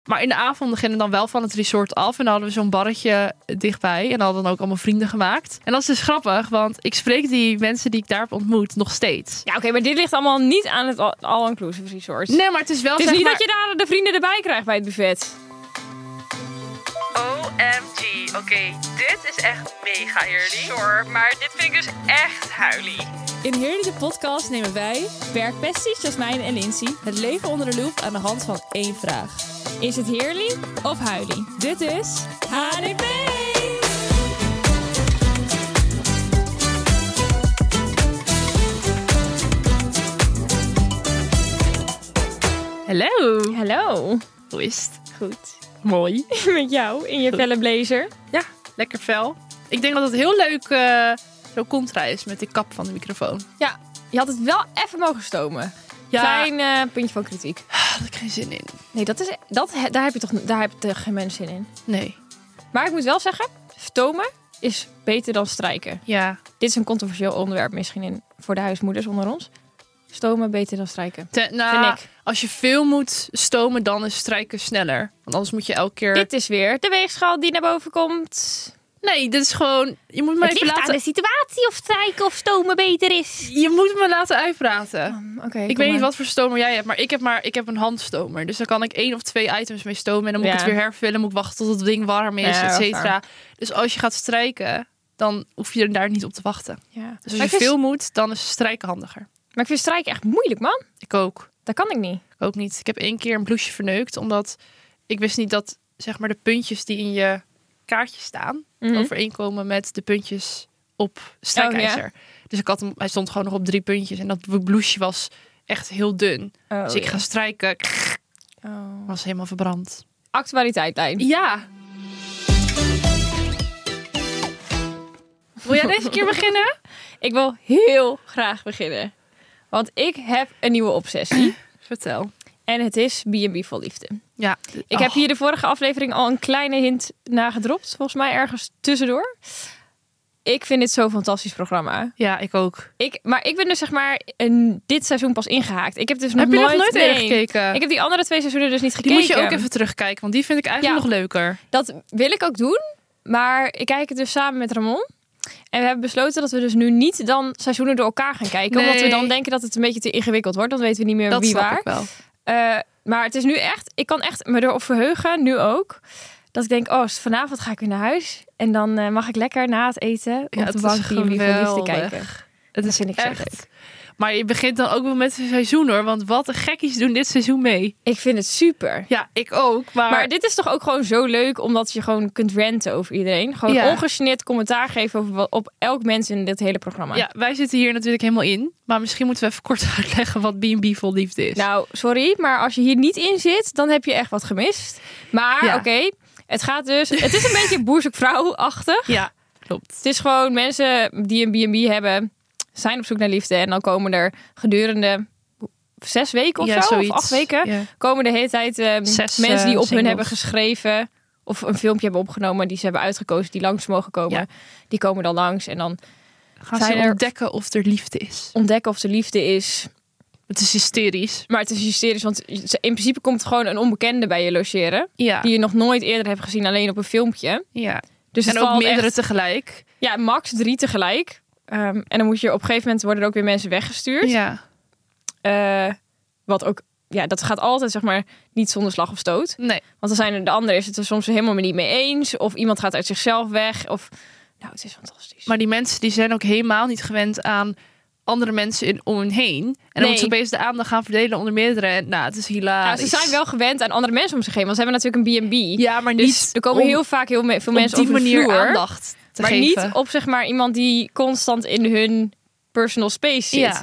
Maar in de avonden gingen we dan wel van het resort af. En dan hadden we zo'n barretje dichtbij. En dan hadden we dan ook allemaal vrienden gemaakt. En dat is dus grappig, want ik spreek die mensen die ik daar heb ontmoet nog steeds. Ja, oké, maar dit ligt allemaal niet aan het all-inclusive resort. Nee, maar het is wel... Het is niet dat je daar de vrienden erbij krijgt bij het buffet. OMG. Oké, dit is echt mega heerlijk. Sure, maar dit vind ik dus echt huilie. In Heerly de podcast nemen wij, werkpesties Jasmijn en Lindsay, het leven onder de loep aan de hand van 1 vraag. Is het heerly of huilie? Dit is HDP! Hallo. Hallo. Hoe is het? Goed. Mooi. Met jou in je felle blazer. Ja, lekker fel. Ik denk dat het heel leuk zo contra is met die kap van de microfoon. Ja, je had het wel even mogen stomen. Ja. Klein puntje van kritiek. Daar had ik geen zin in. Nee, daar heb je geen mensen zin in. Nee. Maar ik moet wel zeggen, stomen is beter dan strijken. Ja. Dit is een controversieel onderwerp misschien voor de huismoeders onder ons. Stomen beter dan strijken. Vind ik. Als je veel moet stomen, dan is strijken sneller. Want anders moet je elke keer... Dit is weer de weegschaal die naar boven komt. Nee, dit is gewoon... Je moet me Het even ligt laten... aan de situatie of strijken of stomen beter is. Je moet me laten uitpraten. Oké, Ik weet niet wat voor stomer jij hebt, maar ik heb een handstomer. Dus daar kan ik 1 of 2 items mee stomen. En dan moet ik het weer hervullen. Moet ik wachten tot het ding warm is, et cetera. Dus als je gaat strijken, dan hoef je er daar niet op te wachten. Ja. Dus als je veel moet, dan is strijken handiger. Maar ik vind strijken echt moeilijk, man. Ik ook. Dat kan ik niet. Ook niet. Ik heb 1 keer een blouseje verneukt. Omdat ik wist niet dat zeg maar de puntjes die in je kaartje staan... overeenkomen met de puntjes op strijkijzer. Oh, ja? Dus hij stond gewoon nog op 3 puntjes. En dat blouseje was echt heel dun. Dus ik ga strijken. Was helemaal verbrand. Actualiteitlijn. Ja. Wil jij deze keer beginnen? Ik wil heel graag beginnen. Want ik heb een nieuwe obsessie. Vertel. En het is B&B vol liefde. Ja. Ik heb hier de vorige aflevering al een kleine hint nagedropt. Volgens mij ergens tussendoor. Ik vind dit zo'n fantastisch programma. Ja, ik ook. Maar ik ben dus zeg maar dit seizoen pas ingehaakt. Ik heb dus nog nooit eerder gekeken? Ik heb die andere 2 seizoenen dus niet gekeken. Die moet je ook even terugkijken. Want die vind ik eigenlijk nog leuker. Dat wil ik ook doen. Maar ik kijk het dus samen met Ramon. En we hebben besloten dat we dus nu niet dan seizoenen door elkaar gaan kijken. Nee. Omdat we dan denken dat het een beetje te ingewikkeld wordt. Dan weten we niet meer dat wie waar. Ik wel. Maar het is nu echt... Ik kan echt me erop verheugen, nu ook. Dat ik denk, vanavond ga ik weer naar huis. En dan mag ik lekker na het eten op de bank B&B vol liefde kijken. Dat vind ik echt zo leuk. Maar je begint dan ook wel met het seizoen hoor. Want wat een gekkies doen dit seizoen mee. Ik vind het super. Ja, ik ook. Maar dit is toch ook gewoon zo leuk. Omdat je gewoon kunt ranten over iedereen. Gewoon ongegeneerd commentaar geven op elk mens in dit hele programma. Ja, wij zitten hier natuurlijk helemaal in. Maar misschien moeten we even kort uitleggen wat B&B vol liefde is. Nou, sorry. Maar als je hier niet in zit, dan heb je echt wat gemist. Maar oké, het gaat dus... Het is een beetje boer zoekt vrouw-achtig. Ja, klopt. Het is gewoon mensen die een B&B hebben... zijn op zoek naar liefde. En dan komen er gedurende 6 weken of zo, zoiets. of 8 weken... komen de hele tijd mensen die op hun hebben geschreven... of een filmpje hebben opgenomen die ze hebben uitgekozen... die langs mogen komen. Ja. Die komen dan langs en dan... gaan ze ontdekken of er liefde is. Ontdekken of er liefde is. Het is hysterisch. Maar het is hysterisch, want in principe komt gewoon een onbekende bij je logeren. Ja. Die je nog nooit eerder hebt gezien, alleen op een filmpje. Ja. Dus en ook meerdere tegelijk. Ja, max 3 tegelijk. En dan moet je op een gegeven moment worden er ook weer mensen weggestuurd. Ja. Wat ook, dat gaat altijd zeg maar niet zonder slag of stoot. Nee. Want dan zijn de anderen is het er soms helemaal niet mee eens. Of iemand gaat uit zichzelf weg. Of, nou, het is fantastisch. Maar die mensen die zijn ook helemaal niet gewend aan andere mensen om hen heen. En dan moeten ze opeens de aandacht gaan verdelen onder meerdere. En het is hilarisch. Ja, ze zijn wel gewend aan andere mensen om zich heen. Want ze hebben natuurlijk een B&B. Ja, maar dus niet er komen heel vaak veel mensen op die manier vloer, aandacht te maar geven. Niet op zeg maar iemand die constant in hun personal space zit. Ja.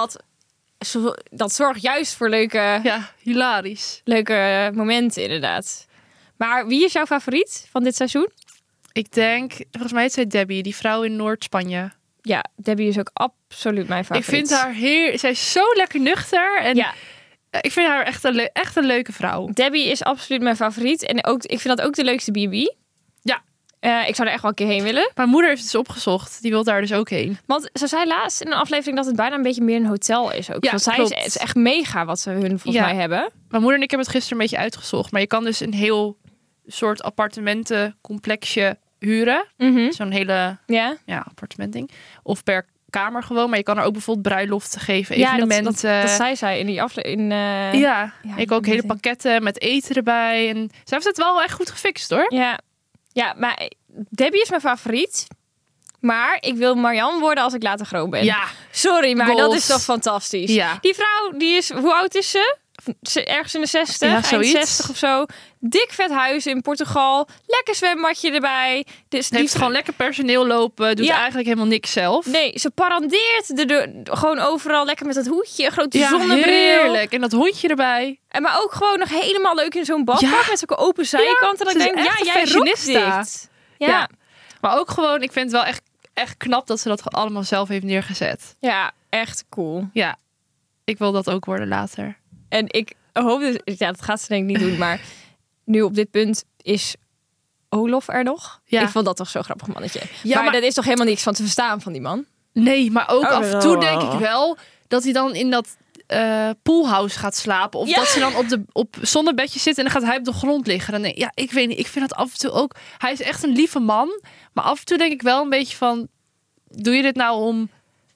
Dat zorgt juist voor hilarisch. Leuke momenten inderdaad. Maar wie is jouw favoriet van dit seizoen? Ik denk, volgens mij is zij Debbie, die vrouw in Noord-Spanje. Ja, Debbie is ook absoluut mijn favoriet. Ik vind haar zij is zo lekker nuchter. En ik vind haar echt een leuke vrouw. Debbie is absoluut mijn favoriet. En ook, ik vind dat ook de leukste B&B. Ja. Ik zou er echt wel een keer heen willen. Mijn moeder heeft het dus opgezocht. Die wil daar dus ook heen. Want ze zei laatst in een aflevering dat het bijna een beetje meer een hotel is ook. Ja, want zij is echt mega wat ze hun volgens mij hebben. Mijn moeder en ik hebben het gisteren een beetje uitgezocht. Maar je kan dus een heel soort appartementencomplexje huren. Zo'n hele appartementding. Of per kamer gewoon. Maar je kan er ook bijvoorbeeld bruiloften geven, evenementen. Dat zei zij in die aflevering. Ik ook hele pakketten met eten erbij. En ze heeft het wel echt goed gefixt hoor. Ja, maar Debbie is mijn favoriet. Maar ik wil Marianne worden als ik later groot ben. Ja. Sorry, maar dat is toch fantastisch. Ja. Die vrouw, die is... Hoe oud is ze? Ergens in de 60, eind 60 of zo. Dik vet huis in Portugal. Lekker zwembadje erbij. Dus die heeft gewoon lekker personeel lopen. Doet eigenlijk helemaal niks zelf. Nee, ze parandeert gewoon overal lekker met dat hoedje. Een grote zonnebril. Heerlijk. En dat hondje erbij. Maar ook gewoon nog helemaal leuk in zo'n badpak. Met zo'n open zijkant. En dan denk ik, jij rokt dit. Ja. Maar ook gewoon, ik vind het wel echt knap dat ze dat allemaal zelf heeft neergezet. Ja, echt cool. Ja, ik wil dat ook worden later. En ik hoop dus, dat gaat ze denk ik niet doen, maar nu op dit punt is Olof er nog. Ja. Ik vond dat toch zo'n grappig mannetje. Ja, maar dat is toch helemaal niks van te verstaan van die man? Nee, maar ook af en toe denk ik wel dat hij dan in dat poolhouse gaat slapen. Of dat ze dan op zonnebedje zit en dan gaat hij op de grond liggen. Dan ik weet niet, ik vind dat af en toe ook... Hij is echt een lieve man, maar af en toe denk ik wel een beetje van... Doe je dit nou om...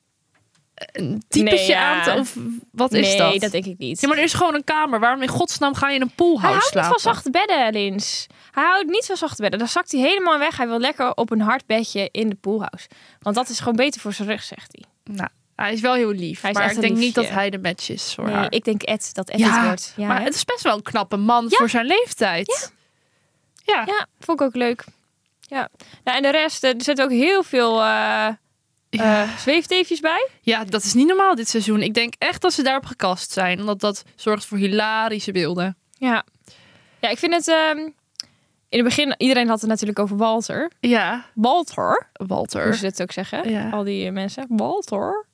een typetje aan te... Of wat is dat? Nee, dat denk ik niet. Ja, maar er is gewoon een kamer. Waarom in godsnaam ga je in een poolhouse slapen? Hij houdt niet van zachte bedden, Lins. Hij houdt niet van zachte bedden. Daar zakt hij helemaal weg. Hij wil lekker op een hard bedje in de poolhouse. Want dat is gewoon beter voor zijn rug, zegt hij. Nou, hij is wel heel lief. Maar ik denk niet dat hij de match is voor haar. Ik denk dat Ed het wordt. Ja, maar het is best wel een knappe man voor zijn leeftijd. Ja, vond ik ook leuk. Ja. Nou, en de rest, er zit ook heel veel... zweefteefjes bij? Ja, dat is niet normaal dit seizoen. Ik denk echt dat ze daarop gekast zijn. Omdat dat zorgt voor hilarische beelden. Ja, ik vind het... in het begin, iedereen had het natuurlijk over Walter. Ja. Walter. Hoe ze het ook zeggen. Ja. Al die mensen. Walter.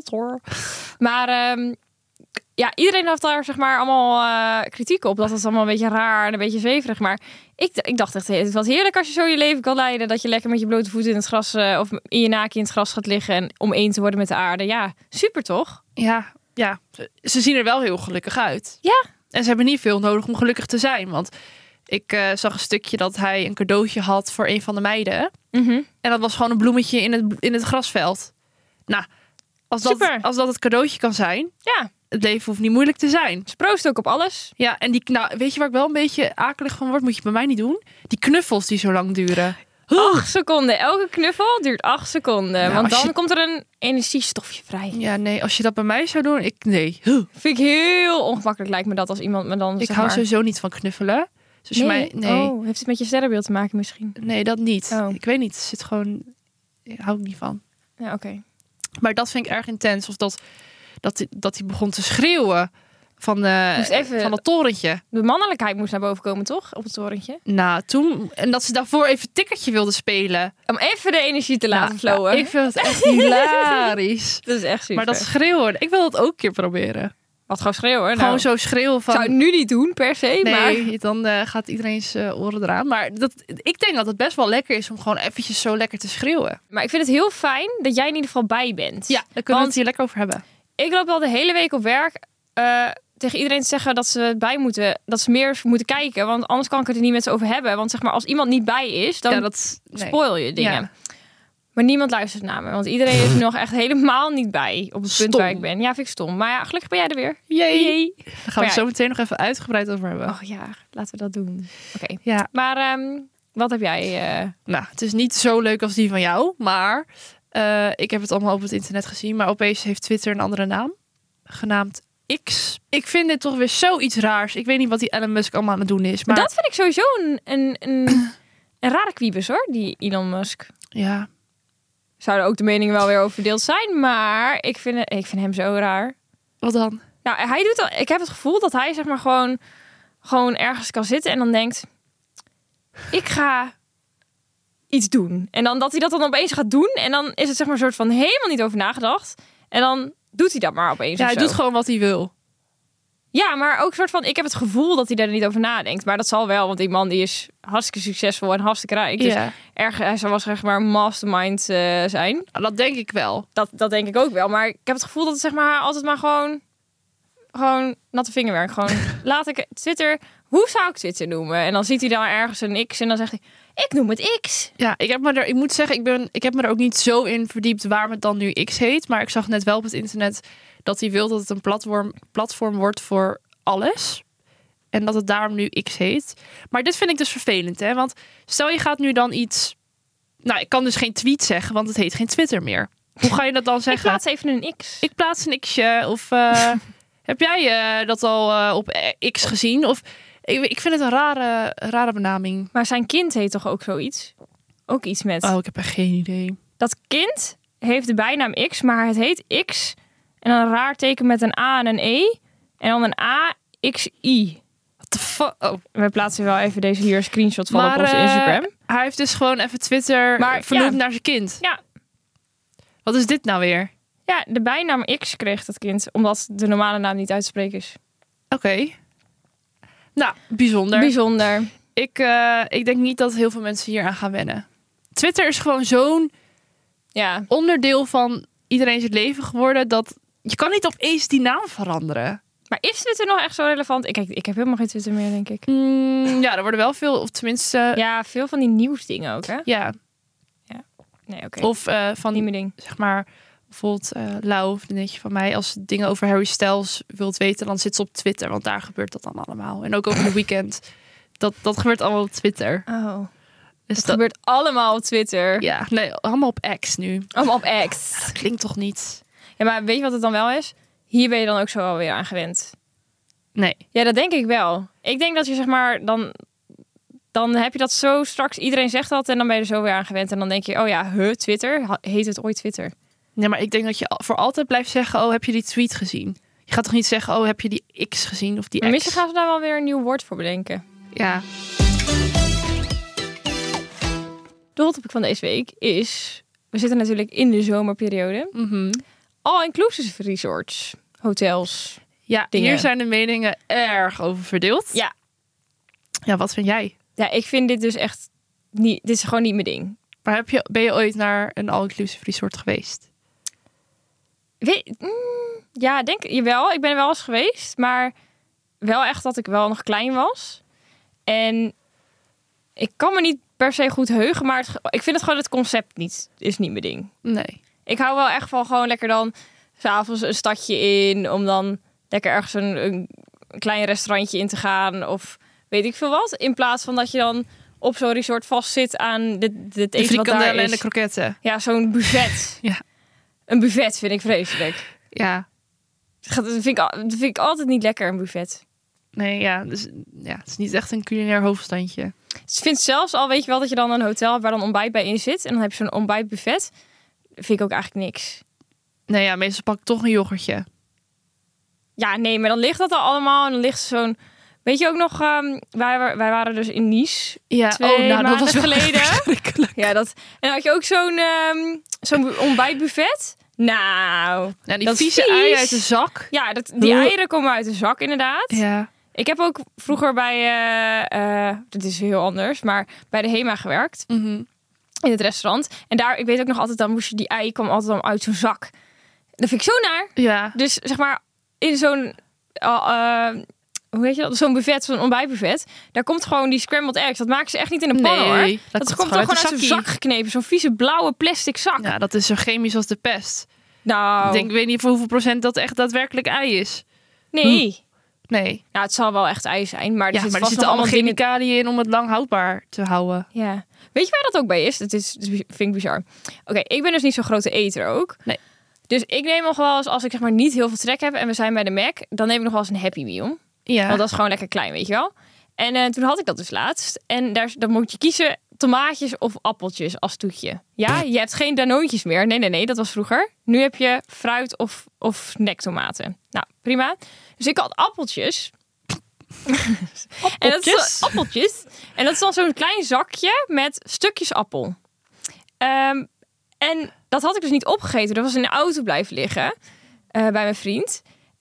Maar iedereen had daar zeg maar allemaal kritiek op. Dat was allemaal een beetje raar en een beetje zweverig. Maar ik dacht echt, het was heerlijk als je zo je leven kan leiden. Dat je lekker met je blote voeten in het gras of in je naakje in het gras gaat liggen. En om één te worden met de aarde. Ja, super toch? Ja. Ze zien er wel heel gelukkig uit. Ja. En ze hebben niet veel nodig om gelukkig te zijn. Want ik zag een stukje dat hij een cadeautje had voor een van de meiden. Mm-hmm. En dat was gewoon een bloemetje in het grasveld. Nou, als dat het cadeautje kan zijn. Ja. Het leven hoeft niet moeilijk te zijn. Ze proost ook op alles. Ja, en weet je waar ik wel een beetje akelig van word? Moet je bij mij niet doen. Die knuffels die zo lang duren. 8 seconden. Elke knuffel duurt 8 seconden. Ja, want dan komt er een energiestofje vrij. Ja, nee. Als je dat bij mij zou doen, nee. Vind ik heel ongemakkelijk, lijkt me dat als iemand me dan... Ik hou sowieso niet van knuffelen. Dus nee? Oh, heeft het met je sterrenbeeld te maken misschien? Nee, dat niet. Oh. Ik weet niet. Het zit gewoon... Daar hou ik niet van. Ja, oké. Maar dat vind ik erg intens. Of dat hij begon te schreeuwen van het torentje. De mannelijkheid moest naar boven komen, toch? Op het torentje. Nou, toen... En dat ze daarvoor even tikkertje wilde spelen. Om even de energie te laten flowen. Ik vind het echt hilarisch. Dat is echt super. Maar dat schreeuwen, ik wil dat ook een keer proberen. Wat gewoon schreeuwen? Gewoon zo schreeuwen van... Ik zou het nu niet doen, per se. Nee, maar... dan gaat iedereen's oren eraan. Maar ik denk dat het best wel lekker is om gewoon eventjes zo lekker te schreeuwen. Maar ik vind het heel fijn dat jij in ieder geval bij bent. Ja, daar kunnen we het hier lekker over hebben. Ik loop al de hele week op werk tegen iedereen te zeggen dat ze bij moeten. Dat ze meer moeten kijken. Want anders kan ik het er niet met ze over hebben. Want zeg maar, als iemand niet bij is, dan spoil je dingen. Ja. Maar niemand luistert naar me. Want iedereen is nog echt helemaal niet bij op het punt waar ik ben. Ja, vind ik stom. Maar ja, gelukkig ben jij er weer. Jee. Daar gaan we het zo meteen nog even uitgebreid over hebben. Oh ja, laten we dat doen. Oké. Ja. Maar wat heb jij? Nou, het is niet zo leuk als die van jou. Maar ik heb het allemaal op het internet gezien. Maar opeens heeft Twitter een andere naam. Genaamd X. Ik vind dit toch weer zoiets raars. Ik weet niet wat die Elon Musk allemaal aan het doen is. Maar dat vind ik sowieso een rare kwiebus hoor, die Elon Musk. Ja. Zouden ook de meningen wel weer over verdeeld zijn. Maar ik vind hem zo raar. Wat dan? Nou, hij doet ik heb het gevoel dat hij zeg maar gewoon ergens kan zitten en dan denkt... Ik ga iets doen. En dan dat hij dat dan opeens gaat doen. En dan is het zeg maar een soort van helemaal niet over nagedacht. En dan doet hij dat maar opeens. Ja, hij doet gewoon wat hij wil. Ja, maar ook soort van, ik heb het gevoel dat hij daar niet over nadenkt. Maar dat zal wel, want die man die is hartstikke succesvol en hartstikke rijk. Dus hij zou zeg maar mastermind zijn. Dat denk ik wel. Dat denk ik ook wel. Maar ik heb het gevoel dat het zeg maar altijd maar gewoon natte vingerwerk. Gewoon laat ik Twitter. Hoe zou ik Twitter noemen? En dan ziet hij daar ergens een X en dan zegt hij, ik noem het X. Ja, ik moet zeggen, ik heb me er ook niet zo in verdiept waarom het dan nu X heet. Maar ik zag net wel op het internet dat hij wil dat het een platform wordt voor alles. En dat het daarom nu X heet. Maar dit vind ik dus vervelend, hè? Want stel je gaat nu dan iets... Nou, ik kan dus geen tweet zeggen, want het heet geen Twitter meer. Hoe ga je dat dan zeggen? Ik plaats even een X. Ik plaats een X'je. Of heb jij dat al op X gezien? Of ik vind het een rare benaming. Maar zijn kind heet toch ook zoiets? Ook iets met... Oh, ik heb er geen idee. Dat kind heeft de bijnaam X, maar het heet X... En dan een raar teken met een A en een E. En dan een AXI. What the fuck? Oh. We plaatsen wel even deze hier screenshot van op onze Instagram. Hij heeft dus gewoon even Twitter vernoemd naar zijn kind. Ja. Wat is dit nou weer? Ja, de bijnaam X kreeg dat kind. Omdat de normale naam niet uit te spreken is. Oké. Nou, bijzonder. Bijzonder. Ik denk niet dat heel veel mensen hier aan gaan wennen. Twitter is gewoon zo'n onderdeel van iedereen's leven geworden dat je kan niet opeens die naam veranderen. Maar is Twitter nog echt zo relevant? Ik heb helemaal geen Twitter meer, denk ik. Ja, er worden wel veel, of tenminste... Ja, veel van die nieuwsdingen ook, hè? Ja. Nee, oké. Of van niet meer ding. Zeg maar, bijvoorbeeld Lau, vriendinnetje van mij, als ze dingen over Harry Styles wilt weten, dan zit ze op Twitter, want daar gebeurt dat dan allemaal. En ook over de weekend. Dat gebeurt allemaal op Twitter. Oh. Dus dat gebeurt allemaal op Twitter? Ja, nee, allemaal op X nu. Allemaal op X. Ja, dat klinkt toch niet? Ja, maar weet je wat het dan wel is? Hier ben je dan ook zo alweer aan gewend. Nee. Ja, dat denk ik wel. Ik denk dat je zeg maar, dan heb je dat zo straks, iedereen zegt dat en dan ben je er zo weer aan gewend. En dan denk je, oh ja, Twitter, heet het ooit Twitter? Nee, maar ik denk dat je voor altijd blijft zeggen, oh, heb je die tweet gezien? Je gaat toch niet zeggen, oh, heb je die X gezien of die X? Maar misschien gaan ze daar wel weer een nieuw woord voor bedenken. Ja. De hot topic van deze week is, we zitten natuurlijk in de zomerperiode. All-inclusive resorts, hotels, ja, dingen. Hier zijn de meningen erg over verdeeld. Ja. Ja, wat vind jij? Ja, ik vind dit dus echt niet, dit is gewoon niet mijn ding. Maar ben je ooit naar een all-inclusive resort geweest? Ja, denk je wel. Ik ben er wel eens geweest, maar wel echt dat ik wel nog klein was. En ik kan me niet per se goed heugen, maar ik vind het gewoon het concept is niet mijn ding. Nee. Ik hou wel echt van gewoon lekker dan 's avonds een stadje in, om dan lekker ergens een klein restaurantje in te gaan of weet ik veel wat. In plaats van dat je dan op zo'n resort vastzit aan het eten wat daar is. En de kroketten. Ja, zo'n buffet. Ja. Een buffet vind ik vreselijk. Ja. Dat vind ik altijd niet lekker, een buffet. Nee, ja. Dus, ja, het is niet echt een culinair hoofdstandje. Dus ik vind zelfs al, weet je wel, dat je dan een hotel hebt waar dan ontbijt bij in zit. En dan heb je zo'n ontbijtbuffet. Vind ik ook eigenlijk niks. Nee, ja, meestal pak ik toch een yoghurtje. Ja, nee, maar dan ligt dat al allemaal. En dan ligt zo'n... Weet je ook nog, wij waren dus in Nice 2 maanden dat was geleden. Ja, en dan had je ook zo'n ontbijtbuffet. Nou, die vieze eieren uit de zak. Ja, die eieren komen uit de zak inderdaad. Ja. Ik heb ook vroeger bij, dit is heel anders, maar bij de HEMA gewerkt. In het restaurant. En daar, ik weet ook nog altijd, dan moest je die ei kwam altijd dan uit zo'n zak. Dat vind ik zo naar. Ja. Dus zeg maar, in zo'n... hoe heet je dat? Zo'n buffet, zo'n ontbijtbuffet. Daar komt gewoon die scrambled eggs. Dat maken ze echt niet in een pan, hoor. Dat komt toch gewoon uit zo'n zak geknepen. Zo'n vieze blauwe plastic zak. Ja, dat is zo chemisch als de pest. Nou. Ik weet niet voor hoeveel procent dat echt daadwerkelijk ei is. Nee. Nee. Nou, het zal wel echt ei zijn. Maar er zitten allemaal chemicaliën in om het lang houdbaar te houden. Ja. Weet je waar dat ook bij is? Dat vind ik bizar. Oké, ik ben dus niet zo'n grote eter ook. Nee. Dus ik neem nog wel eens, als ik zeg maar niet heel veel trek heb en we zijn bij de Mac, dan neem ik nog wel eens een Happy Meal. Ja. Want dat is gewoon lekker klein, weet je wel. En toen had ik dat dus laatst. En dan moet je kiezen tomaatjes of appeltjes als toetje. Ja, je hebt geen danoontjes meer. Nee, dat was vroeger. Nu heb je fruit of snacktomaten. Nou, prima. Dus ik had appeltjes. Appeltjes. En dat is dan zo'n klein zakje met stukjes appel. En dat had ik dus niet opgegeten. Dat was in de auto blijven liggen bij mijn vriend.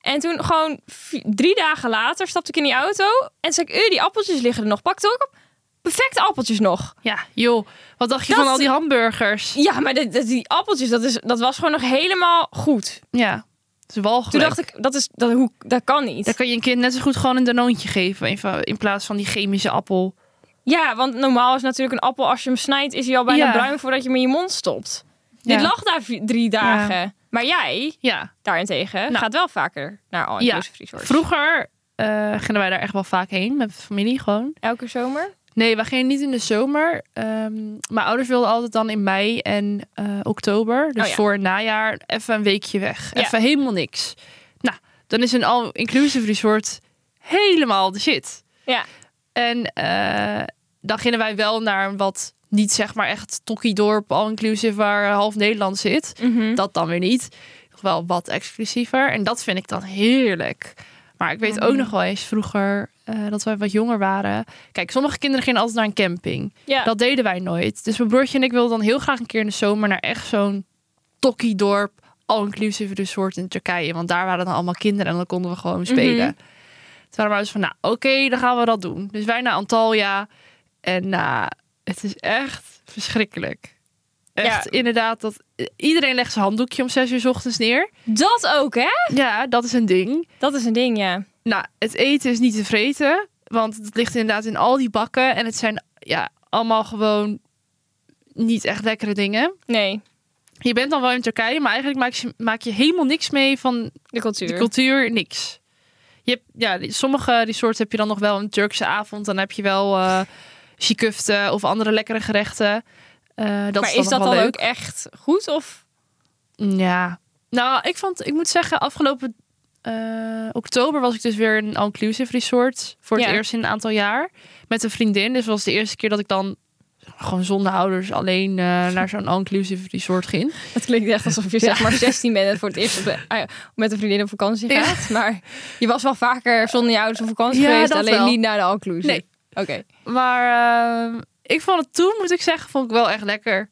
En toen gewoon 3 dagen later stapte ik in die auto. En zei ik, die appeltjes liggen er nog. Pakte ook op. Perfecte appeltjes nog. Ja, joh. Wat dacht je van al die hamburgers? Ja, maar die appeltjes, dat was gewoon nog helemaal goed. Ja, dat is walgelijk. Toen dacht ik, dat kan niet. Dan kan je een kind net zo goed gewoon een Danoontje geven. In plaats van die chemische appel. Ja, want normaal is natuurlijk een appel, als je hem snijdt, is hij al bijna bruin voordat je hem in je mond stopt. Ja. Dit lag daar 3 dagen. Ja. Maar jij, daarentegen, gaat wel vaker naar all-inclusive resorts. Vroeger gingen wij daar echt wel vaak heen met familie gewoon. Elke zomer? Nee, wij gingen niet in de zomer. Mijn ouders wilden altijd dan in mei en oktober. Dus voor het najaar even een weekje weg. Even helemaal niks. Nou, dan is een all-inclusive resort helemaal de shit. Ja. En dan gingen wij wel naar wat niet zeg maar echt Tokkiedorp, all-inclusive waar half Nederland zit. Mm-hmm. Dat dan weer niet. Nog wel wat exclusiever. En dat vind ik dan heerlijk. Maar ik weet ook nog wel eens vroeger dat wij wat jonger waren. Kijk, sommige kinderen gingen altijd naar een camping. Ja. Dat deden wij nooit. Dus mijn broertje en ik wilden dan heel graag een keer in de zomer naar echt zo'n Tokkiedorp, all-inclusive resort in Turkije. Want daar waren dan allemaal kinderen en dan konden we gewoon spelen. Mm-hmm. Toen waren we dus van, oké, dan gaan we dat doen. Dus wij naar Antalya. En het is echt verschrikkelijk. Echt, inderdaad. Iedereen legt zijn handdoekje om 6 uur 's ochtends neer. Dat ook, hè? Ja, dat is een ding. Dat is een ding, ja. Nou, het eten is niet te vreten. Want het ligt inderdaad in al die bakken. En het zijn allemaal gewoon niet echt lekkere dingen. Nee. Je bent dan wel in Turkije, maar eigenlijk maak je helemaal niks mee van de cultuur. De cultuur, niks. Je hebt, sommige resorts heb je dan nog wel een Turkse avond. Dan heb je wel shikufte of andere lekkere gerechten. Maar is dat dan ook echt goed? Of? Ja. Nou, ik moet zeggen, afgelopen oktober was ik dus weer in een all-inclusive resort. Voor het eerst in een aantal jaar. Met een vriendin. Dus was de eerste keer dat ik dan gewoon zonder ouders alleen naar zo'n all-inclusive resort ging. Dat klinkt echt alsof je zeg maar 16 bent en voor het eerst met een vriendin op vakantie gaat. Ja. Maar je was wel vaker zonder je ouders op vakantie geweest. Alleen wel. Niet naar de all-inclusive. Nee. Oké. Maar ik vond het toen, moet ik zeggen, vond ik wel echt lekker.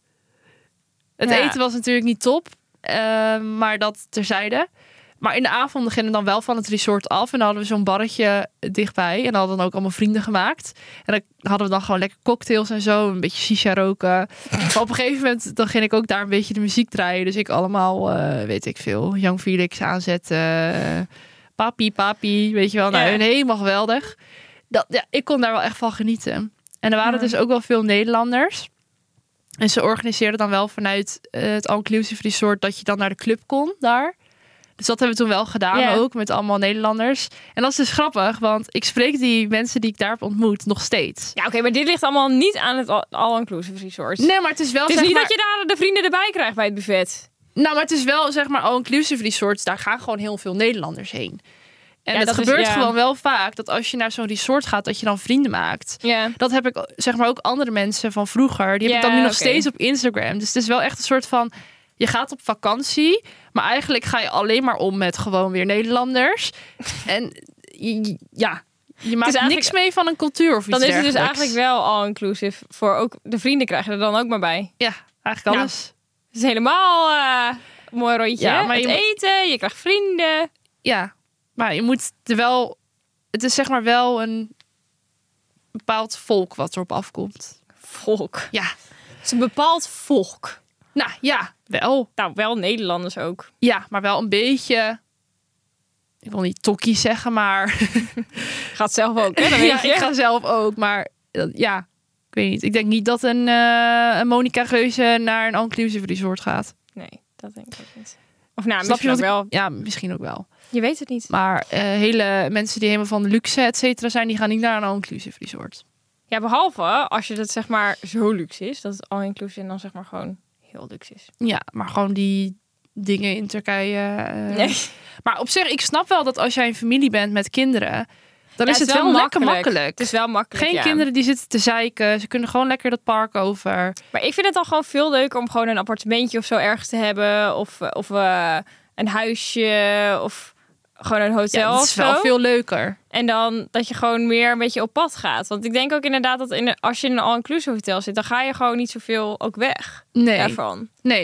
Het eten was natuurlijk niet top. Maar dat terzijde. Maar in de avonden gingen we dan wel van het resort af. En dan hadden we zo'n barretje dichtbij. En dan hadden we ook allemaal vrienden gemaakt. En dan hadden we dan gewoon lekker cocktails en zo. Een beetje shisha roken. Maar op een gegeven moment dan ging ik ook daar een beetje de muziek draaien. Dus ik allemaal, weet ik veel, Young Felix aanzetten. Papi, weet je wel. Nou, helemaal geweldig. Ik kon daar wel echt van genieten. En er waren dus ook wel veel Nederlanders. En ze organiseerden dan wel vanuit het all-inclusive resort dat je dan naar de club kon daar. Dus dat hebben we toen wel gedaan ook met allemaal Nederlanders. En dat is dus grappig, want ik spreek die mensen die ik daar heb ontmoet nog steeds. Ja, oké, maar dit ligt allemaal niet aan het all-inclusive resort. Nee, maar het is wel. Het is niet dat je daar de vrienden erbij krijgt bij het buffet. Nou, maar het is wel zeg maar all-inclusive resorts. Daar gaan gewoon heel veel Nederlanders heen. En het gebeurt gewoon wel vaak dat als je naar zo'n resort gaat, dat je dan vrienden maakt. Ja. Dat heb ik zeg maar ook andere mensen van vroeger. Die heb ik dan nu nog steeds op Instagram. Dus het is wel echt een soort van, je gaat op vakantie, maar eigenlijk ga je alleen maar om met gewoon weer Nederlanders. En je maakt niks mee van een cultuur of iets dergelijks. Dan is het dus eigenlijk wel all-inclusive. Voor ook de vrienden krijgen er dan ook maar bij. Ja, eigenlijk alles. Het is helemaal een mooi rondje. Ja, maar het eten, je krijgt vrienden. Ja. Maar je moet er wel. Het is zeg maar wel een bepaald volk wat erop afkomt. Volk? Ja. Het is een bepaald volk. Nou ja, wel. Nou, wel Nederlanders ook. Ja, maar wel een beetje. Ik wil niet tokkie zeggen, maar. Gaat zelf ook, hè? Dat weet je. Ik ga zelf ook, maar ja, ik weet niet. Ik denk niet dat een Monica Geuze naar een all-inclusive resort gaat. Nee, dat denk ik ook niet. Of nou, misschien ook wel. Ja, misschien ook wel. Je weet het niet. Maar hele mensen die helemaal van de luxe, et cetera, zijn, die gaan niet naar een all-inclusive resort. Ja, behalve als je dat zeg maar zo luxe is, dat het all-inclusive en dan zeg maar gewoon heel luxe is. Ja, maar gewoon die dingen in Turkije. Nee. Maar op zich, ik snap wel dat als jij een familie bent met kinderen, dan is het wel lekker makkelijk. Het is wel makkelijk. Geen kinderen die zitten te zeiken. Ze kunnen gewoon lekker dat park over. Maar ik vind het dan gewoon veel leuker om gewoon een appartementje of zo ergens te hebben. Of een huisje of gewoon een hotel. Ja, dat is wel veel leuker. En dan dat je gewoon meer een beetje op pad gaat. Want ik denk ook inderdaad dat als je in een all-inclusive hotel zit, dan ga je gewoon niet zoveel ook weg daarvan. Nee.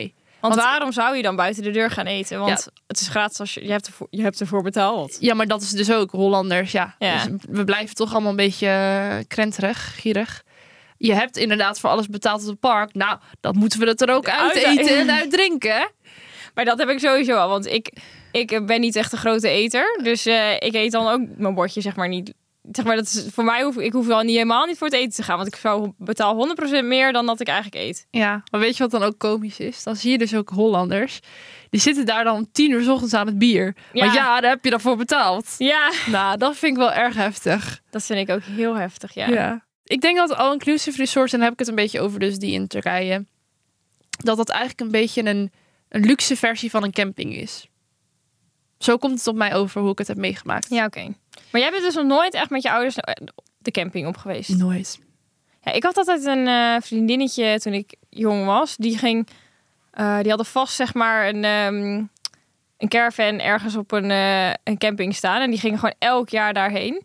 Want waarom zou je dan buiten de deur gaan eten? Want het is gratis als je hebt ervoor betaald. Ja, maar dat is dus ook Hollanders. Ja. Dus we blijven toch allemaal een beetje krenterig, gierig. Je hebt inderdaad voor alles betaald op het park. Nou, dat moeten we het er ook uit eten en uit drinken. Maar dat heb ik sowieso al. Want ik ben niet echt een grote eter. Dus ik eet dan ook mijn bordje zeg maar niet. Zeg maar, dat is voor mij ik hoef dan helemaal niet voor het eten te gaan. Want ik betaal 100% meer dan dat ik eigenlijk eet. Ja, maar weet je wat dan ook komisch is? Dan zie je dus ook Hollanders. Die zitten daar dan om 10:00 's ochtends aan het bier. Ja. Maar daar heb je dan voor betaald. Ja. Nou, dat vind ik wel erg heftig. Dat vind ik ook heel heftig, ja. Ik denk dat all-inclusive resorts, en dan heb ik het een beetje over dus die in Turkije, dat eigenlijk een beetje een luxe versie van een camping is. Zo komt het op mij over hoe ik het heb meegemaakt. Ja, oké. Maar jij bent dus nog nooit echt met je ouders de camping op geweest? Nooit. Ja, ik had altijd een vriendinnetje toen ik jong was. Die hadden vast zeg maar een caravan ergens op een camping staan. En die gingen gewoon elk jaar daarheen.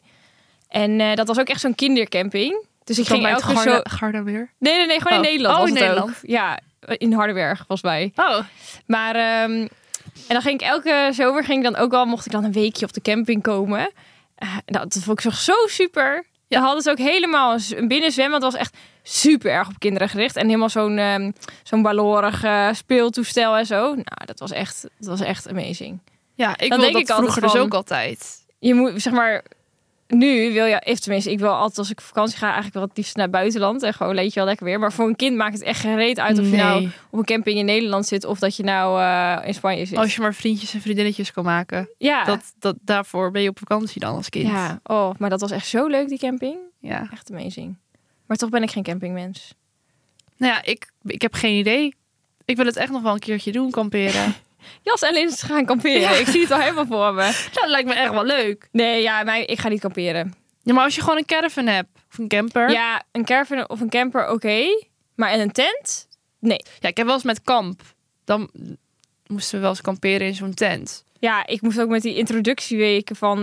En dat was ook echt zo'n kindercamping. Dus ik ging elke keer Gardameer? Nee, gewoon in Nederland. Oh, in Nederland. Ook. Ja, in Hardenberg volgens mij. Oh. Maar en dan ging ik elke zomer mocht ik dan een weekje op de camping komen. Dat vond ik zo super. Ja. Dan hadden ze ook helemaal een binnenzwembad. Dat was echt super erg op kinderen gericht. En helemaal zo'n balorig speeltoestel en zo. Nou, dat was echt amazing. Ja, ik wil dat vroeger dus ook altijd. Je moet, zeg maar, nu wil je, tenminste, ik wil altijd als ik op vakantie ga eigenlijk wel het liefst naar het buitenland. En gewoon leed je wel lekker weer. Maar voor een kind maakt het echt geen reet uit of je nou op een camping in Nederland zit of dat je nou in Spanje zit. Als je maar vriendjes en vriendinnetjes kan maken. Ja. Daarvoor ben je op vakantie dan als kind. Ja, maar dat was echt zo leuk die camping. Ja. Echt amazing. Maar toch ben ik geen campingmens. Nou ja, ik heb geen idee. Ik wil het echt nog wel een keertje doen, kamperen. Jas en Lins gaan kamperen. Ja. Ik zie het al helemaal voor me. Dat lijkt me echt wel leuk. Nee, maar ik ga niet kamperen. Ja, maar als je gewoon een caravan hebt of een camper. Ja, een caravan of een camper, oké. Maar in een tent? Nee. Ja, ik heb wel eens met kamp. Dan moesten we wel eens kamperen in zo'n tent. Ja, ik moest ook met die introductieweken van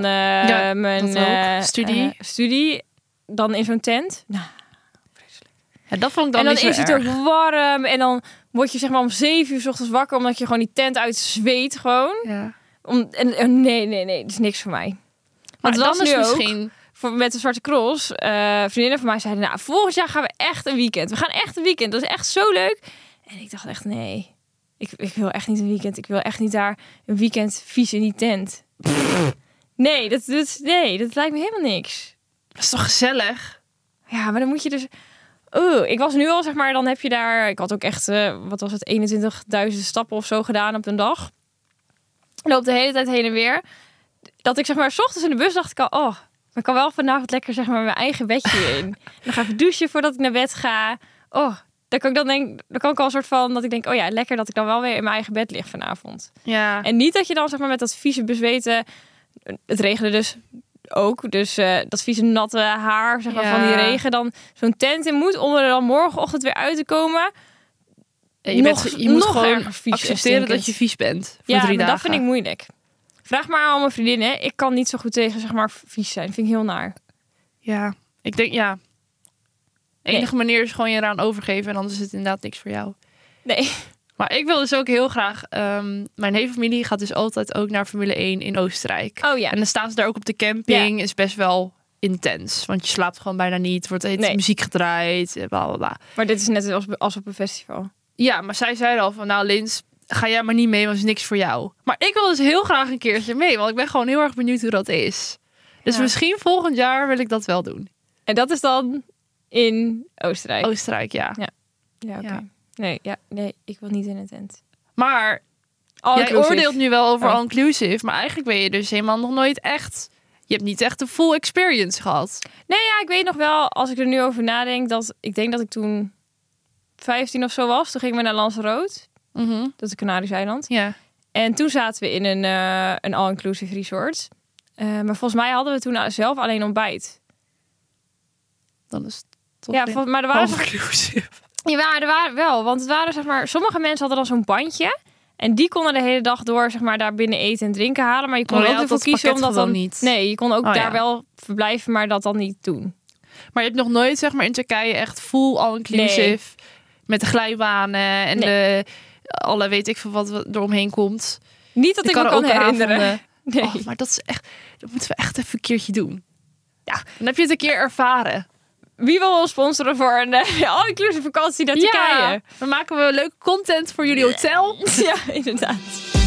mijn studie dan in zo'n tent. Nou, vreselijk. Ja, dat vond ik dan niet zo is het erg. ook warm en dan word je zeg maar om 7:00 's ochtends wakker omdat je gewoon die tent uit zweet gewoon. Ja. Nee, dat is niks voor mij. Want dan is nu misschien met de Zwarte Cross, vriendinnen van mij zeiden, nou, volgend jaar gaan we echt een weekend. We gaan echt een weekend. Dat is echt zo leuk. En ik dacht echt, nee. Ik wil echt niet een weekend. Ik wil echt niet daar een weekend vies in die tent. Nee, dat lijkt me helemaal niks. Dat is toch gezellig? Ja, maar dan moet je dus... ik was nu al, zeg maar, dan heb je daar... Ik had ook echt, 21.000 stappen of zo gedaan op een dag. Ik loop de hele tijd heen en weer. Dat ik, zeg maar, 's ochtends in de bus dacht ik al... maar ik kan wel vanavond lekker, zeg maar, mijn eigen bedje in. Dan ga ik even douchen voordat ik naar bed ga. Dan kan ik al een soort van... Dat ik denk, lekker dat ik dan wel weer in mijn eigen bed lig vanavond. Ja. En niet dat je dan, zeg maar, met dat vieze bezweten... Het regende dus ook. Dus dat vieze natte haar, zeg maar, van die regen. Dan zo'n tent in moet. Om er dan morgenochtend weer uit te komen. Je moet gewoon accepteren dat je vies bent. Voor 3 dagen. Dat vind ik moeilijk. Vraag maar aan mijn vriendinnen. Ik kan niet zo goed tegen, zeg maar, vies zijn. Vind ik heel naar. Ja, ik denk, de enige manier is gewoon je eraan overgeven. En anders is het inderdaad niks voor jou. Nee. Maar ik wil dus ook heel graag... mijn hele familie gaat dus altijd ook naar Formule 1 in Oostenrijk. Oh ja. En dan staan ze daar ook op de camping. Is best wel intens. Want je slaapt gewoon bijna niet. Wordt muziek gedraaid. Bla, bla, bla. Maar dit is net als op een festival. Ja, maar zij zeiden al van... Nou, Lins, ga jij maar niet mee, want het is niks voor jou. Maar ik wil dus heel graag een keertje mee. Want ik ben gewoon heel erg benieuwd hoe dat is. Dus misschien volgend jaar wil ik dat wel doen. En dat is dan in Oostenrijk? Oostenrijk, ja. Ja, oké. Nee, ik wil niet in een tent. Maar jij oordeelt nu wel over all-inclusive. Maar eigenlijk ben je dus helemaal nog nooit echt... Je hebt niet echt de full experience gehad. Nee, ik weet nog wel, als ik er nu over nadenk... Ik denk dat ik toen 15 of zo was. Toen gingen we naar Lanzarote. Dat is een Canarische eiland. Ja. En toen zaten we in een all-inclusive resort. Maar volgens mij hadden we toen zelf alleen ontbijt. Dan is het toch maar er waren all-inclusive. Ja, er waren wel. Want het waren, zeg maar, sommige mensen hadden dan zo'n bandje. En die konden de hele dag door, zeg maar, daar binnen eten en drinken halen. Maar je kon ook ervoor kiezen om dat dan niet. Nee, je kon ook daar wel verblijven, maar dat dan niet doen. Maar je hebt nog nooit, zeg maar, in Turkije echt full all-inclusive. Nee. Met de glijbanen en alle weet ik veel wat er omheen komt. Niet dat ik me kan herinneren. Nee. Maar dat moeten we echt even een keertje doen. Ja, dan heb je het een keer ervaren. Wie wil ons sponsoren voor een all-inclusive vakantie naar Turkije? Ja, dan maken we leuke content voor jullie hotel. Ja, inderdaad.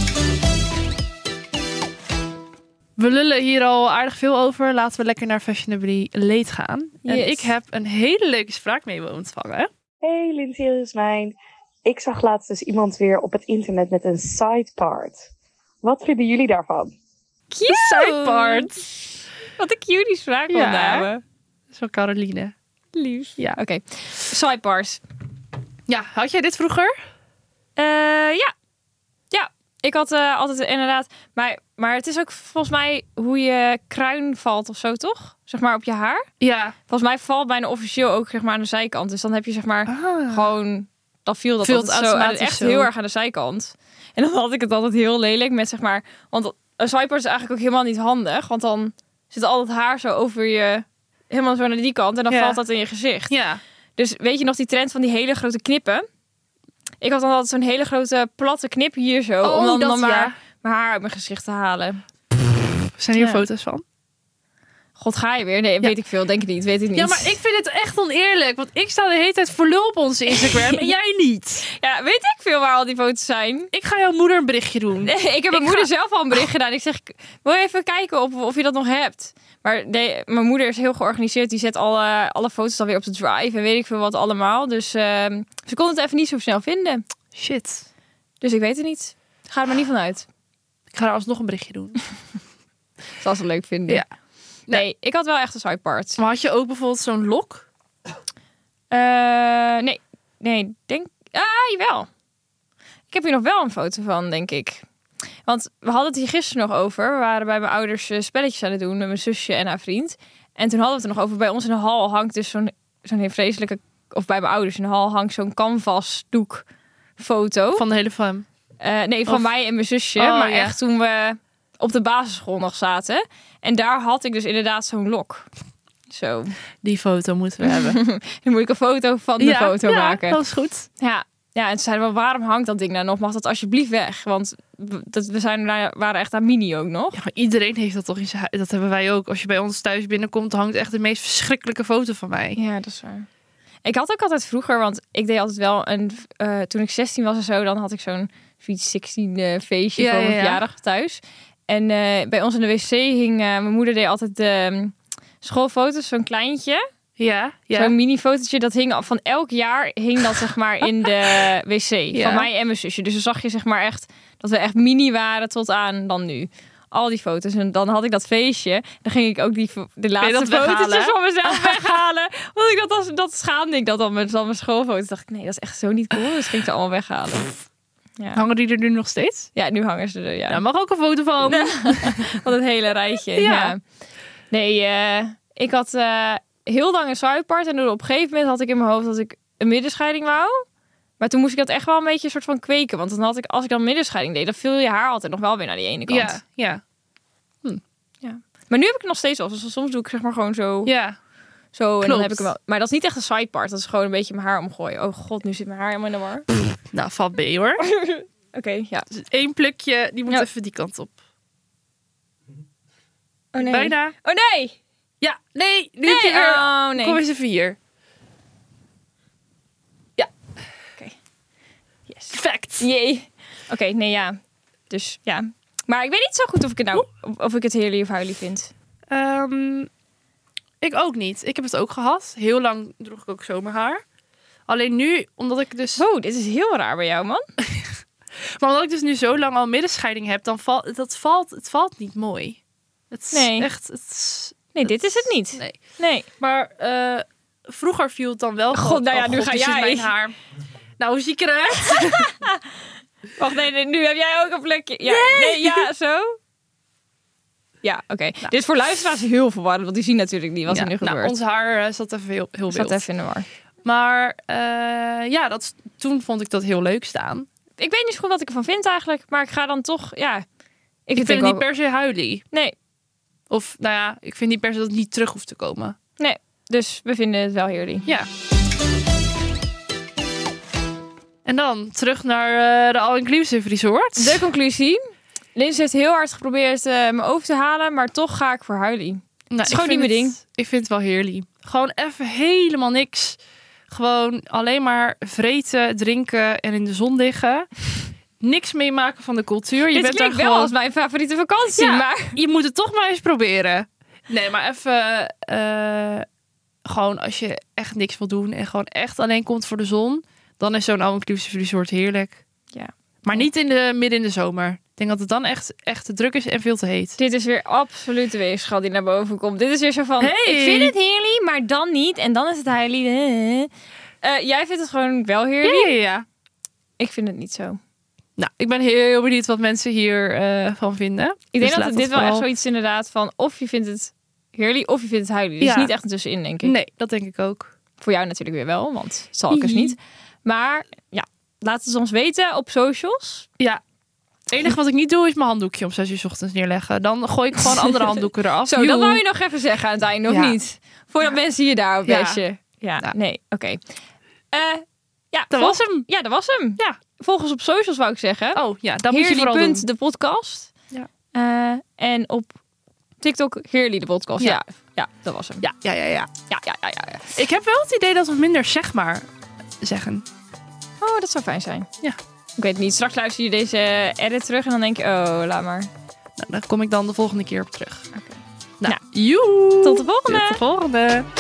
We lullen hier al aardig veel over. Laten we lekker naar Fashionably Late gaan. Yes. En ik heb een hele leuke spraakmemo ontvangen. Hey Lindsay en Jasmijn. Ik zag laatst dus iemand weer op het internet met een sidepart. Wat vinden jullie daarvan? Cute! Sidepart. Wat een cutie spraakopname. Ja. Zo Caroline. Lief. Ja, oké. Sideparts. Ja, had jij dit vroeger? Ja. Ja, ik had altijd inderdaad... Maar het is ook volgens mij hoe je kruin valt of zo, toch? Zeg maar op je haar. Ja. Volgens mij valt bijna officieel ook zeg maar aan de zijkant. Dus dan heb je zeg maar gewoon... Dan viel dat altijd zo. Echt zo. Heel erg aan de zijkant. En dan had ik het altijd heel lelijk met zeg maar... Want een sidepart is eigenlijk ook helemaal niet handig. Want dan zit al het haar zo over je... Helemaal zo naar die kant. En dan valt dat in je gezicht. Ja. Dus weet je nog die trend van die hele grote knippen? Ik had dan altijd zo'n hele grote platte knip hier zo. Om dan maar mijn haar uit mijn gezicht te halen. Zijn hier foto's van? God, ga je weer? Nee, weet ik veel. Denk ik niet. Weet ik niet. Ja, maar ik vind het echt oneerlijk. Want ik sta de hele tijd voor lul op onze Instagram. En jij niet. Ja, weet ik veel waar al die foto's zijn. Ik ga jouw moeder een berichtje doen. Nee, ik heb mijn moeder zelf al een bericht gedaan. Ik zeg, wil je even kijken of je dat nog hebt? Maar nee, mijn moeder is heel georganiseerd. Die zet alle foto's dan weer op de drive. En weet ik veel wat allemaal. Dus ze kon het even niet zo snel vinden. Shit. Dus ik weet het niet. Ga er maar niet vanuit. Ik ga er alsnog een berichtje doen. Zal ze leuk vinden. Ja. Nee, ik had wel echt een sidepart. Maar had je ook bijvoorbeeld zo'n lok? Nee, denk... jawel. Ik heb hier nog wel een foto van, denk ik. Want we hadden het hier gisteren nog over. We waren bij mijn ouders spelletjes aan het doen met mijn zusje en haar vriend. En toen hadden we het er nog over. Bij ons in de hal hangt dus zo'n heel vreselijke... Of bij mijn ouders in de hal hangt zo'n canvas doek foto. Van de hele fam? Nee, van mij en mijn zusje. Maar echt toen we op de basisschool nog zaten. En daar had ik dus inderdaad zo'n lok. Zo. Die foto moeten we hebben. Dan moet ik een foto van de foto maken. Ja, dat is goed. Ja, en toen zeiden we, waarom hangt dat ding nou nog? Mag dat alsjeblieft weg? Want waren echt aan mini ook nog. Ja, maar iedereen heeft dat toch in zijn huis. Dat hebben wij ook. Als je bij ons thuis binnenkomt, hangt echt de meest verschrikkelijke foto van mij. Ja, dat is waar. Ik had ook altijd vroeger, want ik deed altijd wel toen ik 16 was en zo, dan had ik zo'n Sweet 16 feestje voor mijn verjaardag thuis. En bij ons in de wc hing, mijn moeder deed altijd de schoolfoto's, zo'n kleintje. Ja. Zo'n mini-fotootje, dat hing van elk jaar hing dat zeg maar in de wc. Van mij en mijn zusje. Dus dan zag je zeg maar echt dat we echt mini waren tot aan dan nu. Al die foto's. En dan had ik dat feestje. Dan ging ik ook de laatste foto's van mezelf weghalen. Want ik dat schaamde ik dat dan met mijn schoolfoto's. Dacht ik, nee, dat is echt zo niet cool. Dus ging ik ze allemaal weghalen. Ja. Hangen die er nu nog steeds? Ja, nu hangen ze er, ja. Daar mag ook een foto van. Van het hele rijtje. Ja. Nee, ik had heel lang een sidepart. En op een gegeven moment had ik in mijn hoofd dat ik een middenscheiding wou. Maar toen moest ik dat echt wel een beetje een soort van kweken. Want dan had ik, als ik dan middenscheiding deed, dan viel je haar altijd nog wel weer naar die ene kant. Ja. Ja. Maar nu heb ik het nog steeds wel. Dus soms doe ik zeg maar gewoon zo. Ja. Zo, en dan heb ik hem wel. Maar dat is niet echt een sidepart. Dat is gewoon een beetje mijn haar omgooien. Oh god, nu zit mijn haar helemaal in de war. Nou, valt mee hoor. Oké, ja. Dus 1 plukje, die moet even die kant op. Oh nee. Bijna. Oh nee! Ja, nee. Nu heb je weer... Oh nee. Kom eens even hier. Ja. Oké. Yes. Fact. Jee. Oké, nee, ja. Dus ja. Maar ik weet niet zo goed of ik het nou... Of ik het heerlijk of huilie vind. Ik ook niet. Ik heb het ook gehad. Heel lang droeg ik ook zomerhaar. Alleen nu, omdat ik dus... Oh, dit is heel raar bij jou, man. Maar omdat ik dus nu zo lang al middenscheiding heb, dan valt niet mooi. Het is echt... Dit is het niet. Nee. Maar vroeger viel het dan wel. God, nou ja, nu ga jij. Mijn haar. Nou, hoe zie ik eruit? Wacht, nee, nu heb jij ook een plekje. Ja, nee, ja, zo. Ja, oké. Nou. Dit is voor luisteraars heel verwarrend, want die zien natuurlijk niet wat er nu gebeurt. Nou, ons haar zat even heel wild. Zat even in de war. Maar toen vond ik dat heel leuk staan. Ik weet niet zo goed wat ik ervan vind eigenlijk, maar ik ga dan toch, ja. Ik vind het niet per se huilie. Nee. Of, nou ja, ik vind niet per se dat het niet terug hoeft te komen. Nee, dus we vinden het wel heerlijk. Ja. En dan terug naar de all-inclusive resort. De conclusie. Lindsay heeft heel hard geprobeerd me over te halen, maar toch ga ik voor Huilie. Het is gewoon niet mijn ding. Ik vind het wel heerlijk. Gewoon even helemaal niks. Gewoon alleen maar vreten, drinken en in de zon liggen. Niks meemaken van de cultuur. Dit klinkt wel als mijn favoriete vakantie. Ja, maar je moet het toch maar eens proberen. Nee, maar even... gewoon als je echt niks wil doen en gewoon echt alleen komt voor de zon, dan is zo'n all-inclusive resort heerlijk. Ja. Maar niet midden in de zomer. Ik denk dat het dan echt te druk is en veel te heet. Dit is weer absoluut de weegschaal die naar boven komt. Dit is weer zo van, hey, ik vind het heerlijk, maar dan niet. En dan is het heerlijk. Jij vindt het gewoon wel heerlijk? Ja. Ik vind het niet zo. Nou, ik ben heel benieuwd wat mensen hier van vinden. Ik denk dat dit wel echt zoiets inderdaad van, of je vindt het heerlijk of je vindt het huilen. Er is niet echt een tussenin, denk ik. Nee, dat denk ik ook. Voor jou natuurlijk weer wel, want stalkers niet. Maar ja, laat het ons weten op socials. Ja. Het enige wat ik niet doe is mijn handdoekje om 6 uur 's ochtends neerleggen. Dan gooi ik gewoon andere handdoeken eraf. Zo, dat wou je nog even zeggen aan het einde, of niet? Voordat mensen je daar op lesje. Ja, nee, oké. Dat was hem. Ja, dat was hem. Ja. Volg ons op socials, wou ik zeggen. Oh ja, dat moet je vooral doen. de podcast. Ja. En op TikTok Heerly de podcast. Ja, dat was hem. Ja. Ja. Ik heb wel het idee dat we minder zeg maar zeggen. Oh, dat zou fijn zijn. Ja. Ik weet het niet. Straks luister je deze edit terug en dan denk je, oh, laat maar. Nou, daar kom ik dan de volgende keer op terug. Okay. Nou, joe. Tot de volgende. Tot de volgende.